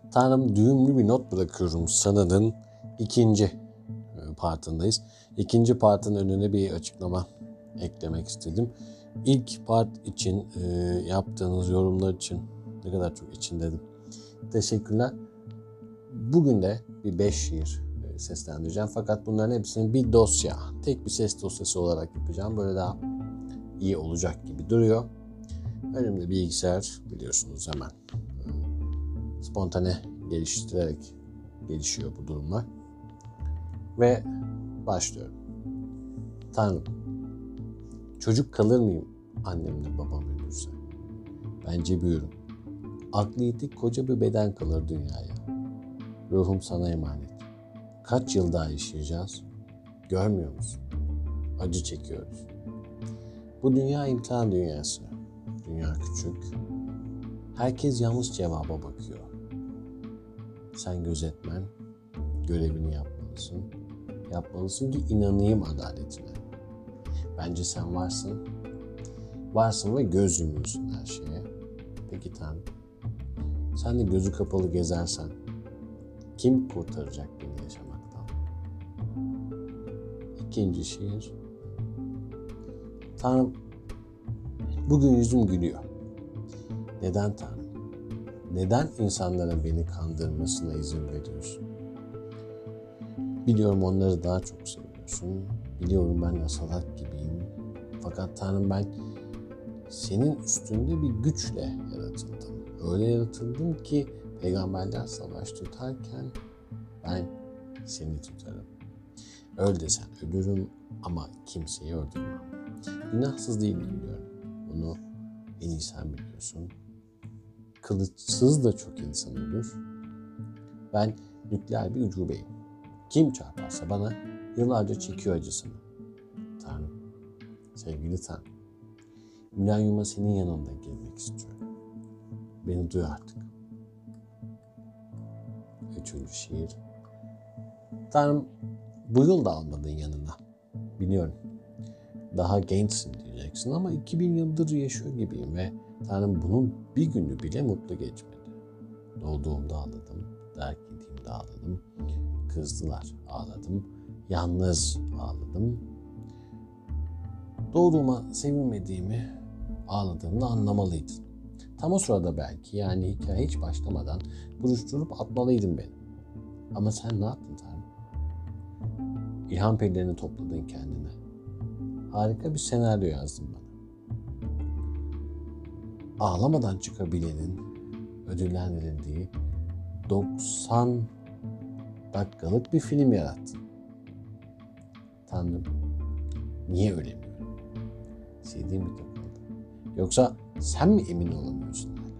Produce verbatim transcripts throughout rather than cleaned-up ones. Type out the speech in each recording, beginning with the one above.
Tanrım, düğümlü bir not bırakıyorum sanadın ikinci partındayız. İkinci partın önüne bir açıklama eklemek istedim. İlk part için e, yaptığınız yorumlar için ne kadar çok için dedim. Teşekkürler. Bugün de bir beş şiir e, seslendireceğim. Fakat bunların hepsini bir dosya, tek bir ses dosyası olarak yapacağım. Böyle daha iyi olacak gibi duruyor. Önümde bilgisayar, biliyorsunuz hemen e, spontane geliştirerek gelişiyor bu durumlar. Ve başlıyorum. Tanrım, çocuk kalır mıyım annemle babam ölürse? Bence büyürüm. Aklı yitik koca bir beden kalır dünyaya. Ruhum sana emanet. Kaç yıl daha yaşayacağız? Görmüyor musun? Acı çekiyoruz. Bu dünya imtihan dünyası. Dünya küçük. Herkes yanlış cevaba bakıyor. Sen gözetmen, görevini yapmalısın. Yapmalısın ki inanayım adaletine. Bence sen varsın. Varsın ve göz yumuyorsun her şeye. Peki Tanrım, sen de gözü kapalı gezersen kim kurtaracak beni yaşamaktan? İkinci şiir. Tanrım, bugün yüzüm gülüyor. Neden Tanrım? Neden insanların beni kandırmasına izin veriyorsun? Biliyorum onları daha çok seviyorsun. Biliyorum ben salak gibiyim. Fakat Tanrım, ben senin üstünde bir güçle yaratıldım. Öyle yaratıldım ki peygamberler savaş tutarken ben seni tutarım. Öl desen ölürüm ama kimseyi öldürmem. Günahsız değilim biliyorum. Bunu en iyi sen biliyorsun. Kılıçsız da çok insan ölür. Ben nükleer bir ucubeyim. Kim çarparsa bana yıllarca çekiyor acısını. Tanrım, sevgili Tanrım, Milenyuma senin yanında girmek istiyorum. Beni duy artık. Üçüncü şiir. Tanrım, bu yıl da almadın yanına. Biliyorum. Daha gençsin diyeceksin ama iki bin yıldır yaşıyor gibiyim ve Tanrım bunun bir günü bile mutlu geçmedi. Doğduğumda ağladım, terk ettiğimde ağladım, kızdılar ağladım, yalnız ağladım. Doğduğuma sevinmediğimi ağladığımda anlamalıydın. Tam o sırada belki, yani hikaye hiç başlamadan buruşturup atmalıydın beni. Ama sen ne yaptın Tanrım? İlham perilerini topladın kendine. Harika bir senaryo yazdın bana. Ağlamadan çıkabilenin ödüllendirildiği doksan dakikalık bir film yarattın. Tanrım, niye ölemiyorum? Sevdiğim mi takıldı? Yoksa sen mi emin olamıyorsun hala?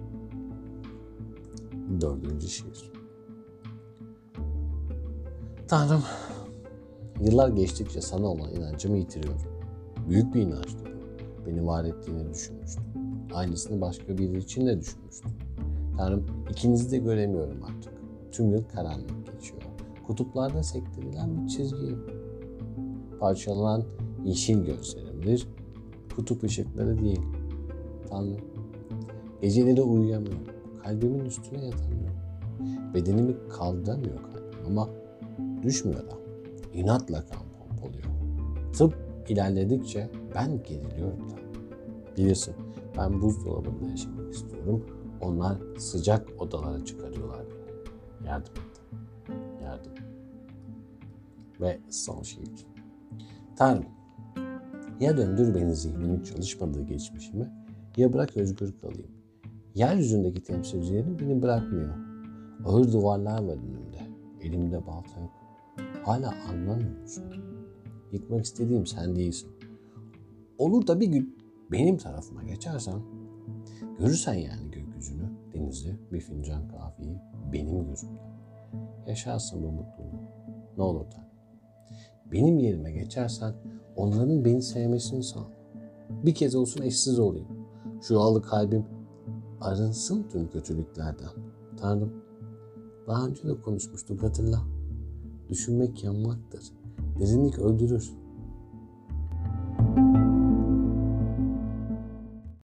Dördüncü şiir. Tanrım, yıllar geçtikçe sana olan inancımı yitiriyorum. Büyük bir inançtı bu. Beni var ettiğini düşünmüştüm. Aynısını başka biri için de düşünmüştüm. Tanrım, ikinizi de göremiyorum artık. Tüm yıl karanlık geçiyor. Kutuplarda sektirilen bir çizgiyim. Parçalanan yeşil gözlerimdir. Kutup ışıkları değil. Tanrım, geceleri uyuyamıyorum. Kalbimin üstüne yatamıyorum. Bedenimi kaldıramıyor kalbim ama düşmüyor da. İnatla kan pompoluyor. Tıp ilerledikçe ben geriliyorum da. Bilirsin, ben buzdolabında yaşamak istiyorum. Onlar sıcak odalara çıkarıyorlar beni. Yardım et. Yardım. Ve son şiir. Tanrım, ya döndür beni zihnimin çalışmadığı geçmişime, ya bırak özgür kalayım. Yeryüzündeki temsilcilerim beni bırakmıyor. Ağır duvarlar var önümde. Elimde balta yok. Hala anlamıyor musun? Yıkmak istediğim sen değilsin. Olur da bir gün benim tarafıma geçersen, görürsen yani gökyüzünü, denizi, bir fincan kahveyi benim gözümde. Yaşarsın bu mutluluğu. Ne olur da. Benim yerime geçersen onların beni sevmesini sağla. Bir kez olsun eşsiz olayım. Şu alı kalbim arınsın tüm kötülüklerden. Tanrım, daha önce de konuşmuştuk, hatırla. Düşünmek yanmaktır. Derinlik öldürür.